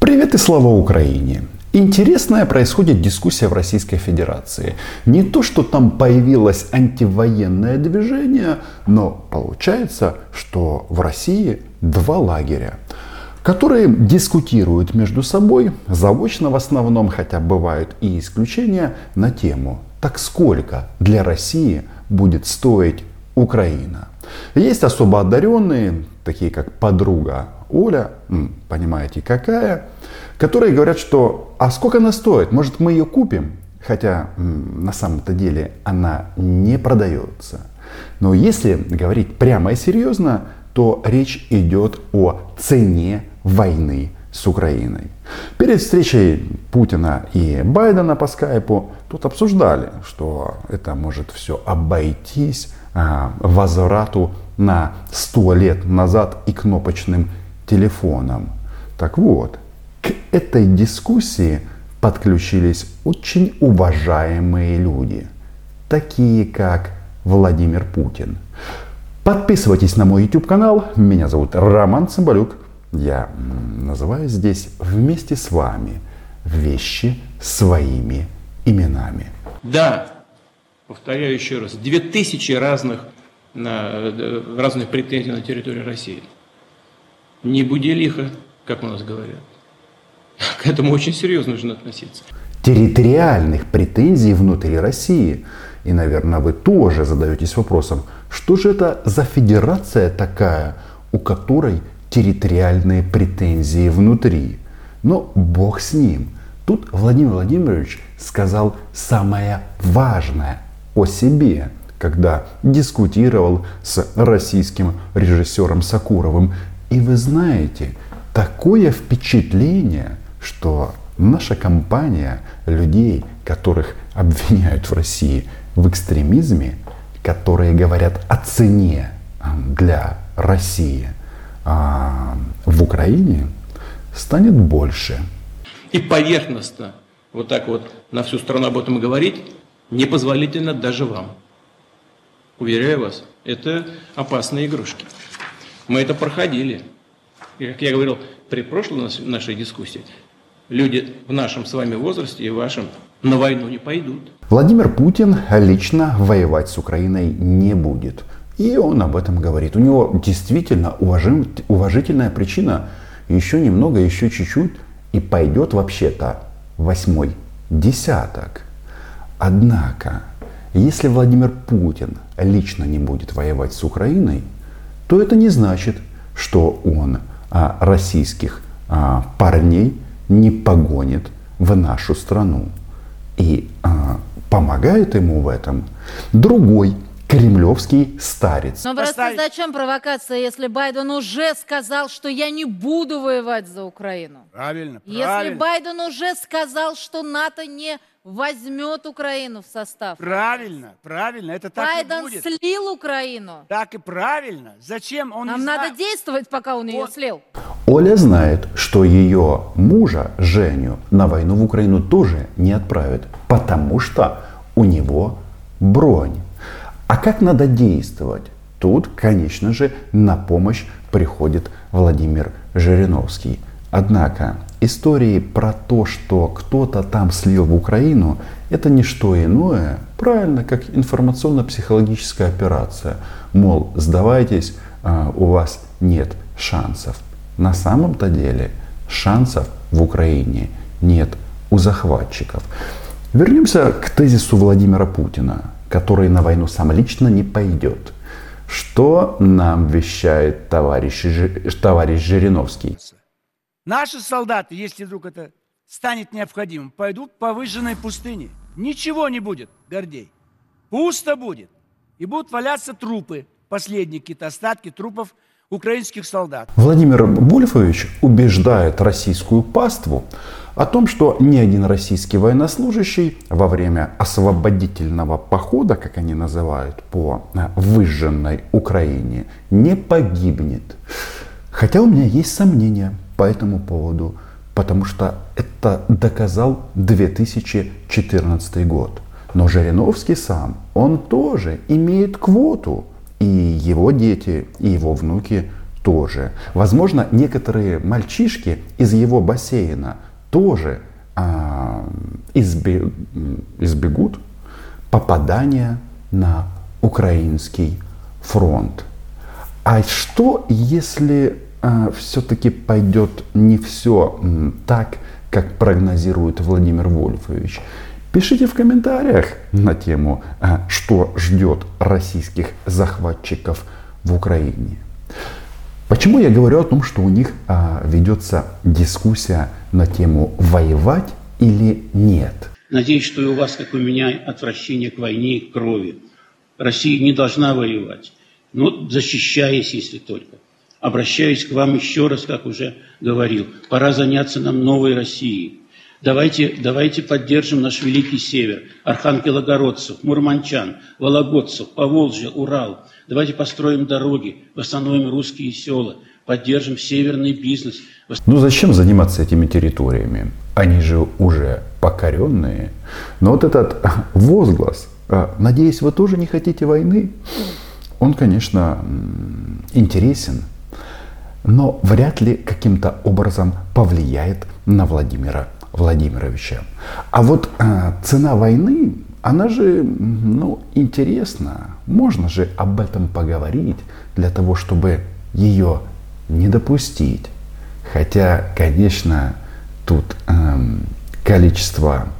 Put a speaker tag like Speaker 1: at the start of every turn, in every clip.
Speaker 1: Привет и слава Украине! Интересная происходит дискуссия в Российской Федерации. Не то, что там появилось антивоенное движение, но получается, что в России два лагеря, которые дискутируют между собой, заочно в основном, хотя бывают и исключения, на тему: так сколько для России будет стоить Украина? Есть особо одаренные, такие как подруга Оля, понимаете какая, которые говорят, что а сколько она стоит, может мы ее купим? Хотя на самом-то деле она не продается. Но если говорить прямо и серьезно, то речь идет о цене войны с Украиной. Перед встречей Путина и Байдена по скайпу тут обсуждали, что это может все обойтись возврату на 100 лет назад и кнопочным телефоном. Так вот, к этой дискуссии подключились очень уважаемые люди, такие как Владимир Путин. Подписывайтесь на мой YouTube канал. Меня зовут Роман Цымбалюк. Я называю здесь вместе с вами вещи своими именами.
Speaker 2: Да, повторяю еще раз, 2000 разных претензий на территории России. Не буди лихо, как у нас говорят. К этому очень серьезно нужно относиться.
Speaker 1: Территориальных претензий внутри России. И, наверное, вы тоже задаетесь вопросом, что же это за федерация такая, у которой территориальные претензии внутри? Но бог с ним. Тут Владимир Владимирович сказал самое важное о себе, когда дискутировал с российским режиссером Сакуровым. И вы знаете, такое впечатление, что наша компания людей, которых обвиняют в России в экстремизме, которые говорят о цене для России в Украине, станет больше.
Speaker 2: И поверхностно вот так вот на всю страну об этом говорить непозволительно даже вам. Уверяю вас, это опасные игрушки. Мы это проходили. И, как я говорил при прошлой нашей дискуссии, люди в нашем с вами возрасте и вашем на войну не пойдут.
Speaker 1: Владимир Путин лично воевать с Украиной не будет. И он об этом говорит. У него действительно уважительная причина. Еще немного, еще чуть-чуть, и пойдет вообще-то 8-й десяток. Однако, если Владимир Путин лично не будет воевать с Украиной, то это не значит, что он российских парней не погонит в нашу страну. И помогает ему в этом другой кремлевский старец.
Speaker 3: Но просто зачем провокация, если Байден уже сказал, что я не буду воевать за Украину?
Speaker 4: Правильно.
Speaker 3: Если Байден уже сказал, что НАТО не возьмет Украину в состав.
Speaker 4: Правильно. Это так
Speaker 3: Байден
Speaker 4: и будет.
Speaker 3: слил Украину.
Speaker 4: Так и правильно. Зачем он
Speaker 3: Нам
Speaker 4: не
Speaker 3: надо
Speaker 4: знает?
Speaker 3: действовать, пока он ее слил.
Speaker 1: Оля знает, что ее мужа, Женю, на войну в Украину тоже не отправят, потому что у него бронь. А как надо действовать? Тут, конечно же, на помощь приходит Владимир Жириновский. Однако истории про то, что кто-то там слил в Украину, это не что иное, правильно, как информационно-психологическая операция. Мол, сдавайтесь, у вас нет шансов. На самом-то деле шансов в Украине нет у захватчиков. Вернемся к тезису Владимира Путина, который на войну сам лично не пойдет. Что нам вещает товарищ Жириновский?
Speaker 4: Наши солдаты, если вдруг это станет необходимым, пойдут по выжженной пустыне. Ничего не будет, Гордей. Пусто будет. И будут валяться трупы, последние какие-то остатки трупов украинских солдат.
Speaker 1: Владимир Вольфович убеждает российскую паству о том, что ни один российский военнослужащий во время освободительного похода, как они называют, по выжженной Украине, не погибнет. Хотя у меня есть сомнения по этому поводу, потому что это доказал 2014 год. Но Жириновский сам, он тоже имеет квоту. И его дети, и его внуки тоже. Возможно, некоторые мальчишки из его бассейна тоже избегут попадания на украинский фронт. А что, если все-таки пойдет не все так, как прогнозирует Владимир Вольфович? Пишите в комментариях на тему, что ждет российских захватчиков в Украине. Почему я говорю о том, что у них ведется дискуссия на тему воевать или нет?
Speaker 5: Надеюсь, что и у вас, как у меня, отвращение к войне и к крови. Россия не должна воевать, но защищаясь, если только. Обращаюсь к вам еще раз, как уже говорил. Пора заняться нам новой Россией. Давайте поддержим наш великий север, архангелогородцев, мурманчан, вологодцев, Поволжье, Урал. Давайте построим дороги, восстановим русские села, поддержим северный бизнес.
Speaker 1: Ну зачем заниматься этими территориями? Они же уже покоренные. Но вот этот возглас, надеюсь, вы тоже не хотите войны, он, конечно, интересен, но вряд ли каким-то образом повлияет на Владимира Владимировича. А вот цена войны, она же, интересна. Можно же об этом поговорить для того, чтобы ее не допустить. Хотя, конечно, тут количество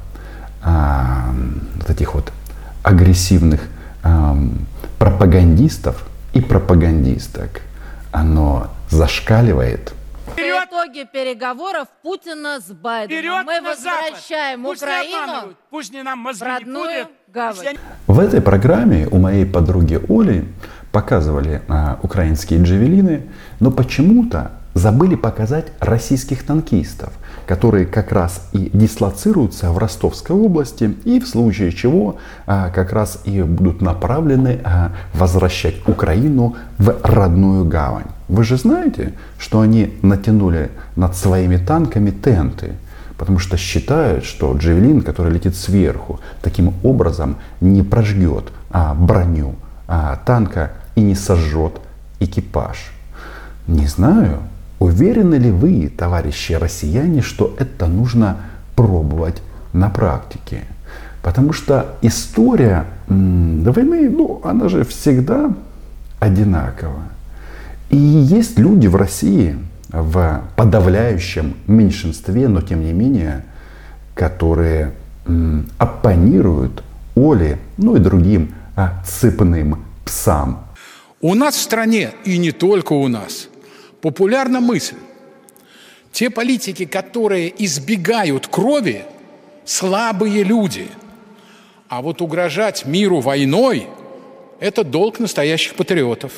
Speaker 1: вот этих вот агрессивных пропагандистов и пропагандисток, оно зашкаливает.
Speaker 3: В итоге переговоров Путина с Байденом мы возвращаем Украину
Speaker 4: пусть не нам
Speaker 3: в родную гавань.
Speaker 1: В этой программе у моей подруги Оли показывали украинские джавелины, но почему-то забыли показать российских танкистов, которые как раз и дислоцируются в Ростовской области и в случае чего как раз и будут направлены возвращать Украину в родную гавань. Вы же знаете, что они натянули над своими танками тенты, потому что считают, что джавелин, который летит сверху, таким образом не прожгет броню танка и не сожжет экипаж. Не знаю, уверены ли вы, товарищи россияне, что это нужно пробовать на практике? Потому что история войны, она же всегда одинакова. И есть люди в России, в подавляющем меньшинстве, но тем не менее, которые оппонируют Оле, и другим цепным псам.
Speaker 6: У нас в стране, и не только у нас, популярна мысль. Те политики, которые избегают крови, слабые люди. А вот угрожать миру войной – это долг настоящих патриотов.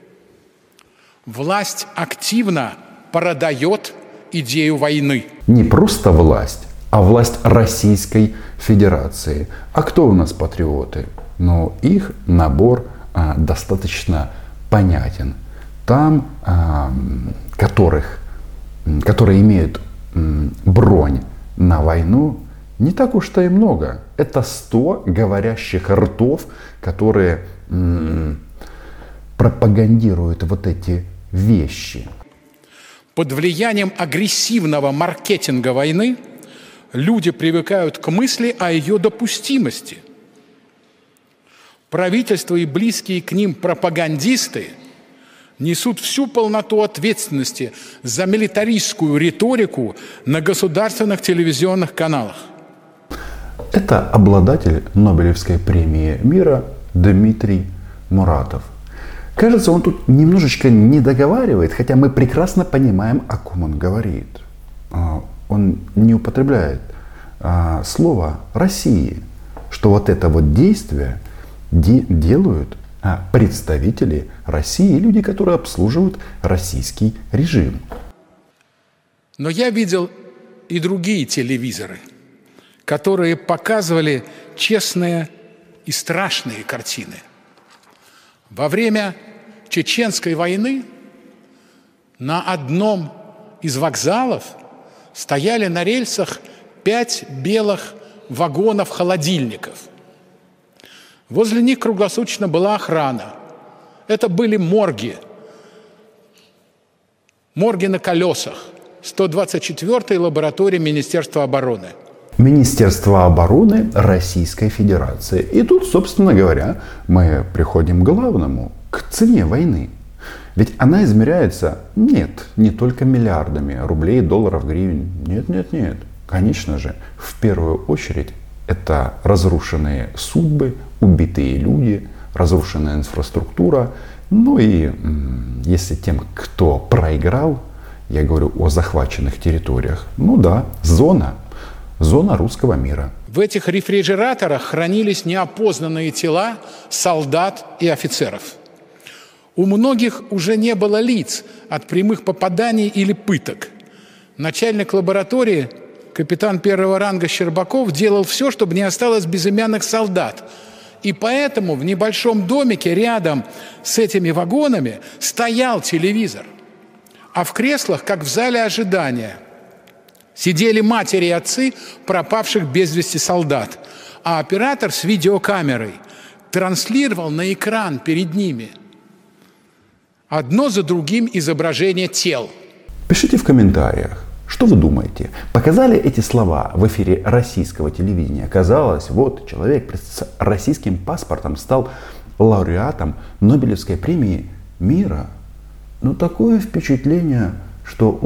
Speaker 6: Власть активно продает идею войны.
Speaker 1: Не просто власть, а власть Российской Федерации. А кто у нас патриоты? Их набор достаточно понятен. Там, которые имеют бронь на войну, не так уж-то и много. Это 100 говорящих ртов, которые пропагандируют вот эти вещи.
Speaker 6: Под влиянием агрессивного маркетинга войны люди привыкают к мысли о ее допустимости. Правительство и близкие к ним пропагандисты несут всю полноту ответственности за милитаристскую риторику на государственных телевизионных каналах.
Speaker 1: Это обладатель Нобелевской премии мира Дмитрий Муратов. Кажется, он тут немножечко не договаривает, хотя мы прекрасно понимаем, о ком он говорит. Он не употребляет слово «России», что вот это вот действие делают представители России, люди, которые обслуживают российский режим.
Speaker 6: Но я видел и другие телевизоры, которые показывали честные и страшные картины. Во время Чеченской войны на одном из вокзалов стояли на рельсах 5 белых вагонов-холодильников. Возле них круглосуточно была охрана. Это были морги Морги на колесах. 124-й лаборатории Министерства обороны.
Speaker 1: Министерство обороны Российской Федерации. И тут, собственно говоря, мы приходим к главному, к цене войны. Ведь она измеряется, не только миллиардами рублей, долларов, гривен. Нет. Конечно же, в первую очередь это разрушенные судьбы, убитые люди, разрушенная инфраструктура. Ну и если тем, кто проиграл, я говорю о захваченных территориях, зона русского мира.
Speaker 6: В этих рефрижераторах хранились неопознанные тела солдат и офицеров. У многих уже не было лиц от прямых попаданий или пыток. Начальник лаборатории, капитан первого ранга Щербаков, делал все, чтобы не осталось безымянных солдат. И поэтому в небольшом домике рядом с этими вагонами стоял телевизор. А в креслах, как в зале ожидания, сидели матери и отцы пропавших без вести солдат. А оператор с видеокамерой транслировал на экран перед ними одно за другим изображение тел.
Speaker 1: Пишите в комментариях, что вы думаете. Показали эти слова в эфире российского телевидения? Казалось, вот человек с российским паспортом стал лауреатом Нобелевской премии мира. Но такое впечатление, что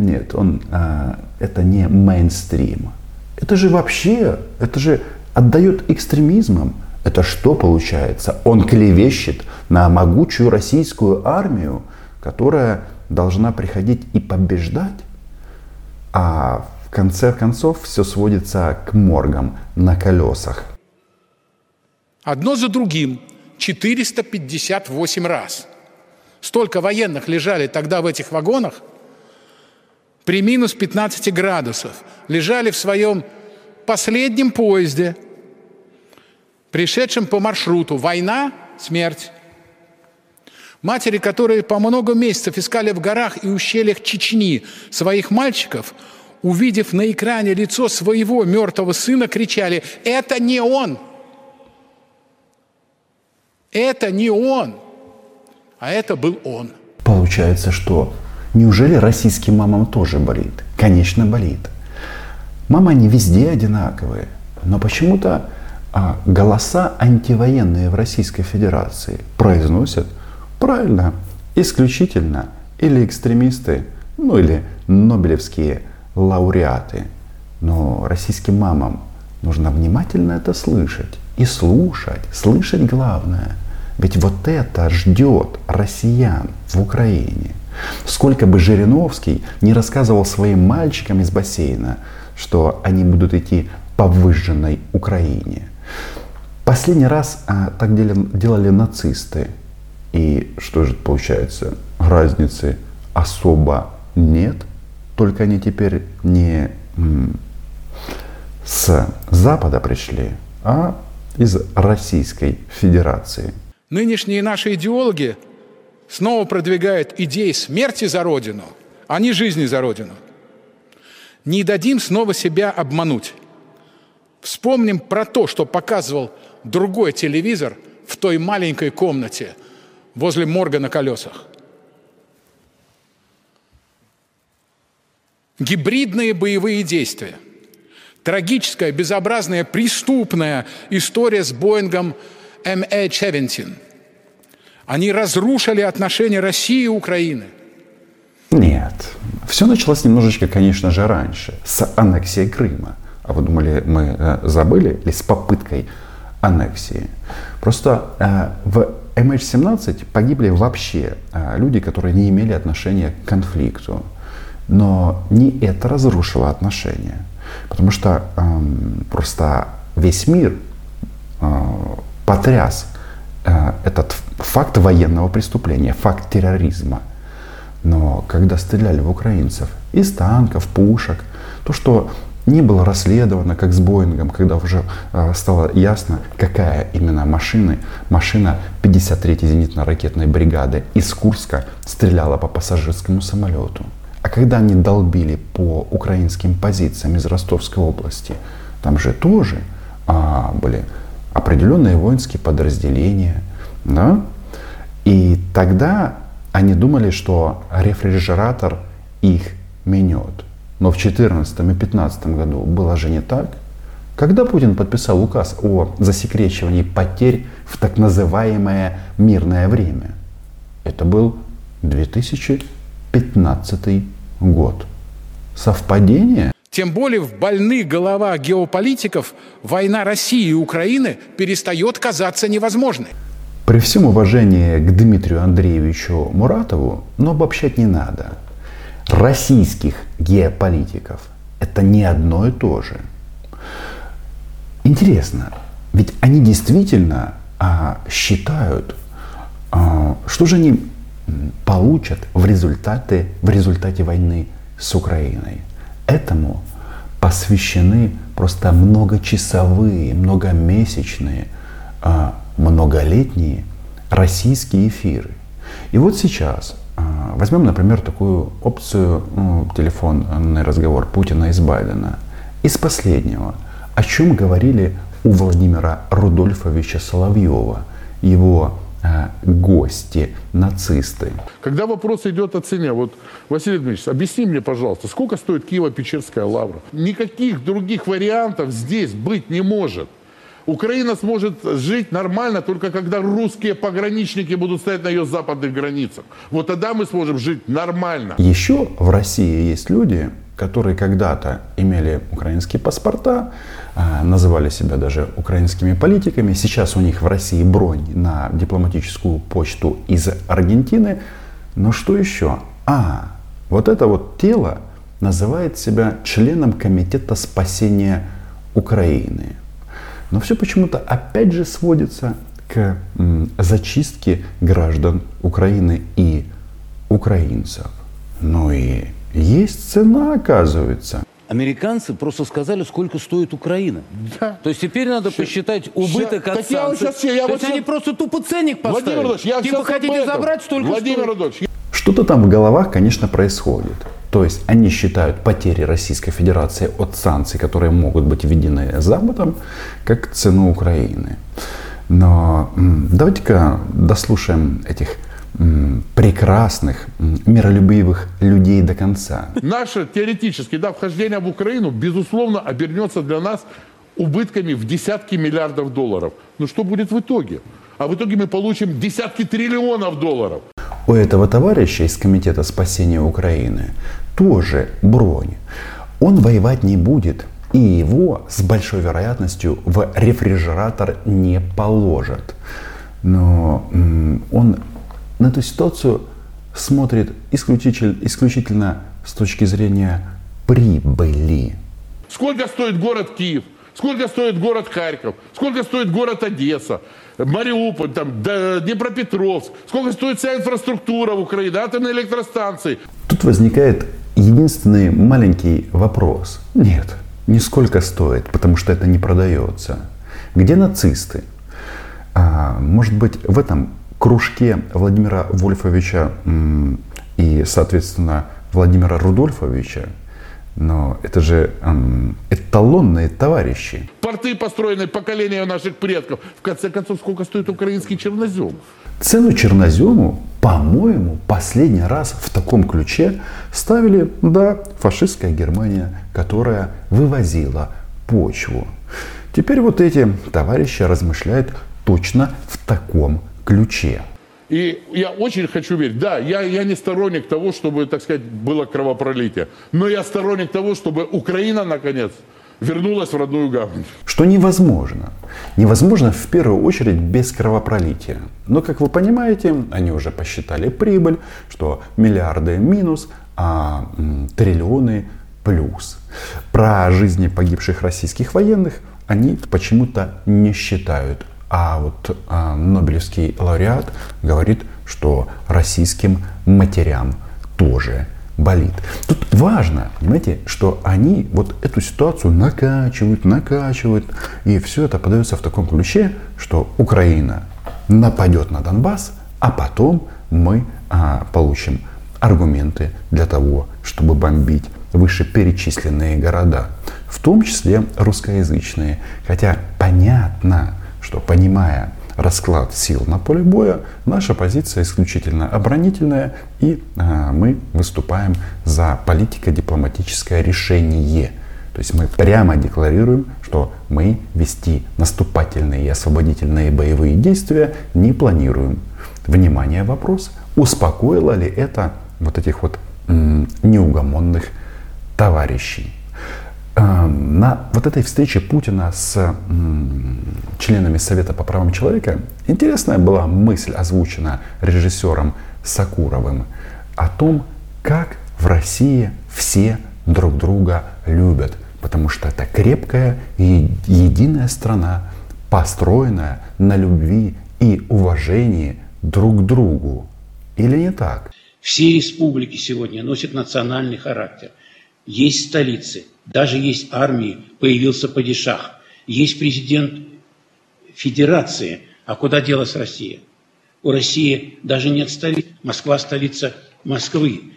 Speaker 1: это не мейнстрим. Это же отдает экстремизмом. Это что получается? Он клевещет на могучую российскую армию, которая должна приходить и побеждать. А в конце концов все сводится к моргам на колесах.
Speaker 6: Одно за другим 458 раз. Столько военных лежали тогда в этих вагонах при минус 15 градусов. Лежали в своем последнем поезде, пришедшем по маршруту «Война, смерть». Матери, которые по много месяцев искали в горах и ущельях Чечни своих мальчиков, увидев на экране лицо своего мертвого сына, кричали: «Это не он! Это не он!» А это был он.
Speaker 1: Получается, что неужели российским мамам тоже болит? Конечно, болит. Мамы, они везде одинаковые. Но почему-то голоса антивоенные в Российской Федерации произносят правильно, исключительно или экстремисты, или нобелевские лауреаты. Но российским мамам нужно внимательно это слышать и слышать главное. Ведь вот это ждет россиян в Украине. Сколько бы Жириновский не рассказывал своим мальчикам из бассейна, что они будут идти по выжженной Украине. Последний раз так делали нацисты. И что же получается? Разницы особо нет. Только они теперь не с Запада пришли, а из Российской Федерации.
Speaker 6: Нынешние наши идеологи снова продвигают идеи смерти за Родину, а не жизни за Родину. Не дадим снова себя обмануть. Вспомним про то, что показывал другой телевизор в той маленькой комнате возле морга на колесах. Гибридные боевые действия. Трагическая, безобразная, преступная история с Боингом MH17. Они разрушили отношения России и Украины.
Speaker 1: Нет. Все началось немножечко, конечно же, раньше, с аннексии Крыма. А вы думали, мы забыли? Или с попыткой аннексии? Просто в MH17 погибли вообще люди, которые не имели отношения к конфликту. Но не это разрушило отношения. Потому что просто весь мир потряс этот факт военного преступления, факт терроризма. Но когда стреляли в украинцев из танков, пушек, то, что не было расследовано, как с Боингом, когда уже стало ясно, какая именно машина 53-й зенитно-ракетной бригады из Курска стреляла по пассажирскому самолету. А когда они долбили по украинским позициям из Ростовской области, там же тоже были определенные воинские подразделения. Да? И тогда Они думали, что рефрижератор их менет. Но в 2014 и 2015 году было же не так. Когда Путин подписал указ о засекречивании потерь в так называемое мирное время? Это был 2015 год. Совпадение?
Speaker 6: Тем более в больных головах геополитиков война России и Украины перестает казаться невозможной.
Speaker 1: При всем уважении к Дмитрию Андреевичу Муратову, но обобщать не надо. Российских геополитиков это не одно и то же. Интересно, ведь они действительно считают, что же они получат в результате войны с Украиной. Этому посвящены просто многочасовые, многомесячные, многолетние российские эфиры. И вот сейчас возьмем, например, такую опцию, телефонный разговор Путина и Байдена. Из последнего, о чем говорили у Владимира Рудольфовича Соловьева, его гости, нацисты.
Speaker 7: Когда вопрос идет о цене, вот, Василий Дмитриевич, объясни мне, пожалуйста, сколько стоит Киево-Печерская лавра? Никаких других вариантов здесь быть не может. Украина сможет жить нормально только когда русские пограничники будут стоять на ее западных границах. Вот тогда мы сможем жить нормально.
Speaker 1: Еще в России есть люди, которые когда-то имели украинские паспорта, называли себя даже украинскими политиками. Сейчас у них в России бронь на дипломатическую почту из Аргентины. Но что еще? Вот это вот тело называет себя членом Комитета спасения Украины. Но все почему-то опять же сводится к зачистке граждан Украины и украинцев. Ну и есть цена, оказывается.
Speaker 8: Американцы просто сказали, сколько стоит Украина.
Speaker 7: Да.
Speaker 8: То есть теперь надо посчитать убыток от санкций. То есть они просто тупо ценник поставили. Типа хотите забрать столько стоит.
Speaker 1: Что-то там в головах, конечно, происходит. То есть они считают потери Российской Федерации от санкций, которые могут быть введены Западом, как цену Украины. Но давайте-ка дослушаем этих прекрасных, миролюбивых людей до конца.
Speaker 7: Наше теоретически вхождение в Украину, безусловно, обернется для нас убытками в десятки миллиардов долларов. Но что будет в итоге? А в итоге мы получим десятки триллионов долларов.
Speaker 1: У этого товарища из Комитета спасения Украины тоже бронь. Он воевать не будет, и его с большой вероятностью в рефрижератор не положат. Но он на эту ситуацию смотрит исключительно с точки зрения прибыли.
Speaker 7: Сколько стоит город Киев? Сколько стоит город Харьков? Сколько стоит город Одесса? Мариуполь, Днепропетровск? Сколько стоит вся инфраструктура в Украине? Атомные электростанции?
Speaker 1: Тут возникает единственный маленький вопрос. Нет, не сколько стоит, потому что это не продается. Где нацисты? Может быть, в этом кружке Владимира Вольфовича и, соответственно, Владимира Рудольфовича? Но это же эталонные товарищи.
Speaker 7: Порты, построенные поколением наших предков. В конце концов, сколько стоит украинский чернозем?
Speaker 1: Цену чернозему, по-моему, последний раз в таком ключе ставили, фашистская Германия, которая вывозила почву. Теперь вот эти товарищи размышляют точно в таком ключе.
Speaker 7: И я очень хочу верить, я не сторонник того, чтобы, так сказать, было кровопролитие. Но я сторонник того, чтобы Украина, наконец, вернулась в родную гавань.
Speaker 1: Что невозможно. Невозможно в первую очередь без кровопролития. Но, как вы понимаете, они уже посчитали прибыль, что миллиарды минус, а триллионы плюс. Про жизни погибших российских военных они почему-то не считают. А вот Нобелевский лауреат говорит, что российским матерям тоже болит. Тут важно, понимаете, что они вот эту ситуацию накачивают, и все это подается в таком ключе, что Украина нападет на Донбасс, а потом мы получим аргументы для того, чтобы бомбить вышеперечисленные города, в том числе русскоязычные. Хотя понятно, что, понимая расклад сил на поле боя, наша позиция исключительно оборонительная, и мы выступаем за политико-дипломатическое решение. То есть мы прямо декларируем, что мы вести наступательные и освободительные боевые действия не планируем. Внимание, вопрос: успокоило ли это вот этих вот неугомонных товарищей? На вот этой встрече Путина с членами Совета по правам человека интересная была мысль, озвучена режиссером Сакуровым, о том, как в России все друг друга любят. Потому что это крепкая и единая страна, построенная на любви и уважении друг к другу. Или не так?
Speaker 5: Все республики сегодня носят национальный характер. Есть столицы, даже есть армии, появился падишах. Есть президент федерации. А куда делась Россия? У России даже нет столицы. Москва – столица Москвы.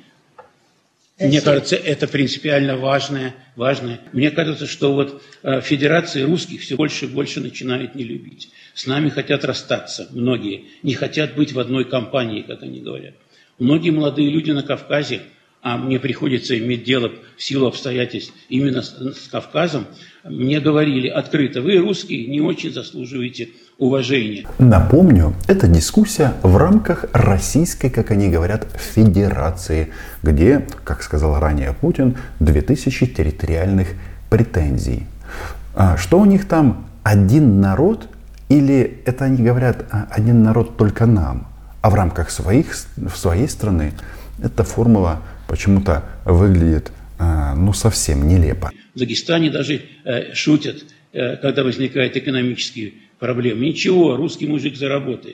Speaker 5: Мне кажется, это принципиально важное. Мне кажется, что вот федерации русских все больше и больше начинают не любить. С нами хотят расстаться многие, не хотят быть в одной компании, как они говорят. Многие молодые люди на Кавказе, а мне приходится иметь дело в силу обстоятельств именно с Кавказом, мне говорили открыто: вы, русские, не очень заслуживаете уважения.
Speaker 1: Напомню, это дискуссия в рамках российской, как они говорят, федерации, где, как сказал ранее Путин, 2000 территориальных претензий. Что у них там, один народ, или это они говорят один народ только нам, а в рамках своей страны эта формула почему-то выглядит совсем нелепо.
Speaker 5: В Дагестане даже шутят, когда возникают экономические проблемы. Ничего, русский мужик заработает.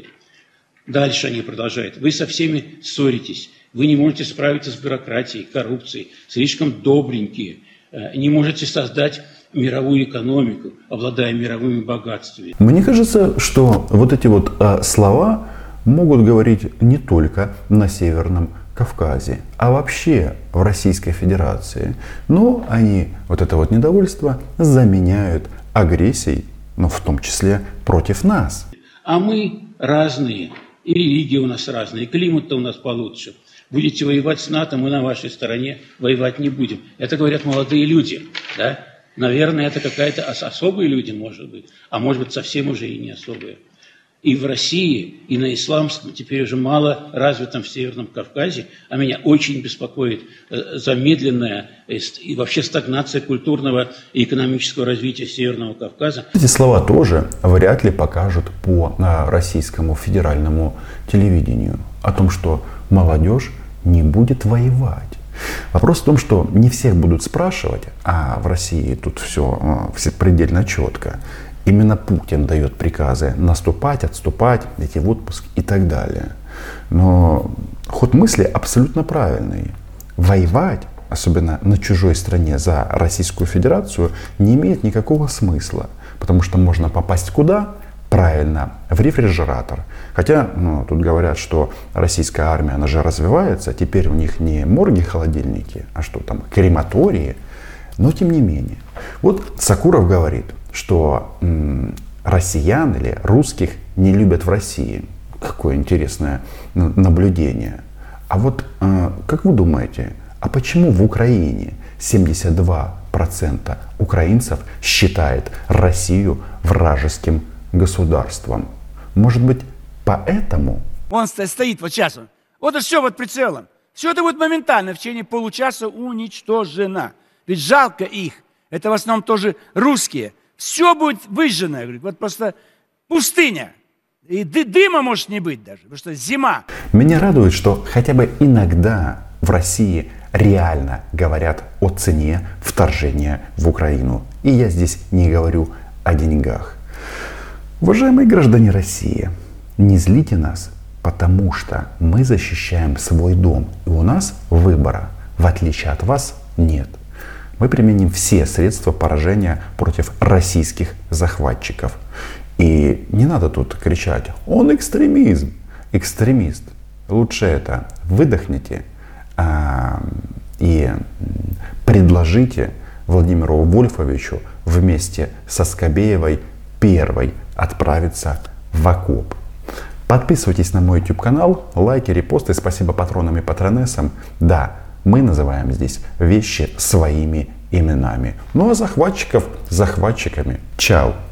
Speaker 5: Дальше они продолжают: вы со всеми ссоритесь, вы не можете справиться с бюрократией, коррупцией, слишком добренькие, не можете создать мировую экономику, обладая мировыми богатствами.
Speaker 1: Мне кажется, что вот эти вот слова могут говорить не только на Северном Кавказе, а вообще в Российской Федерации. Но они вот это вот недовольство заменяют агрессией, в том числе против нас.
Speaker 5: А мы разные, и религия у нас разная, и климат-то у нас получше. Будете воевать с НАТО, мы на вашей стороне воевать не будем. Это говорят молодые люди, да? Наверное, это какая-то особые люди, может быть, а может быть, совсем уже и не особые. И в России, и на исламском, теперь уже мало развитом в Северном Кавказе, а меня очень беспокоит замедленная и вообще стагнация культурного и экономического развития Северного Кавказа.
Speaker 1: Эти слова тоже вряд ли покажут по российскому федеральному телевидению о том, что молодежь не будет воевать. Вопрос в том, что не всех будут спрашивать, а в России тут все предельно четко. Именно Путин дает приказы наступать, отступать, идти в отпуск и так далее. Но ход мысли абсолютно правильный. Воевать, особенно на чужой стране за Российскую Федерацию, не имеет никакого смысла. Потому что можно попасть куда? Правильно, в рефрижератор. Хотя тут говорят, что российская армия, она же развивается. Теперь у них не морги, холодильники, а что там, крематории. Но тем не менее. Вот Сакуров говорит, что россиян или русских не любят в России. Какое интересное наблюдение. А вот как вы думаете, а почему в Украине 72% украинцев считает Россию вражеским государством? Может быть, поэтому?
Speaker 4: Он стоит вот сейчас. Вот и все вот прицелом. Все это будет моментально, в течение получаса уничтожено. Ведь жалко их. Это в основном тоже русские. Все будет выжжено. Говорит, вот просто пустыня. И дыма может не быть даже, потому что зима.
Speaker 1: Меня радует, что хотя бы иногда в России реально говорят о цене вторжения в Украину. И я здесь не говорю о деньгах. Уважаемые граждане России, не злите нас, потому что мы защищаем свой дом. И у нас выбора, в отличие от вас, нет. Мы применим все средства поражения против российских захватчиков. И не надо тут кричать: он экстремизм, экстремист. Лучше это выдохните и предложите Владимиру Вольфовичу вместе со Скобеевой первой отправиться в окоп. Подписывайтесь на мой YouTube канал, лайки, репосты, спасибо патронам и патронессам. Да, мы называем здесь вещи своими именами. Ну а захватчиков захватчиками. Чао.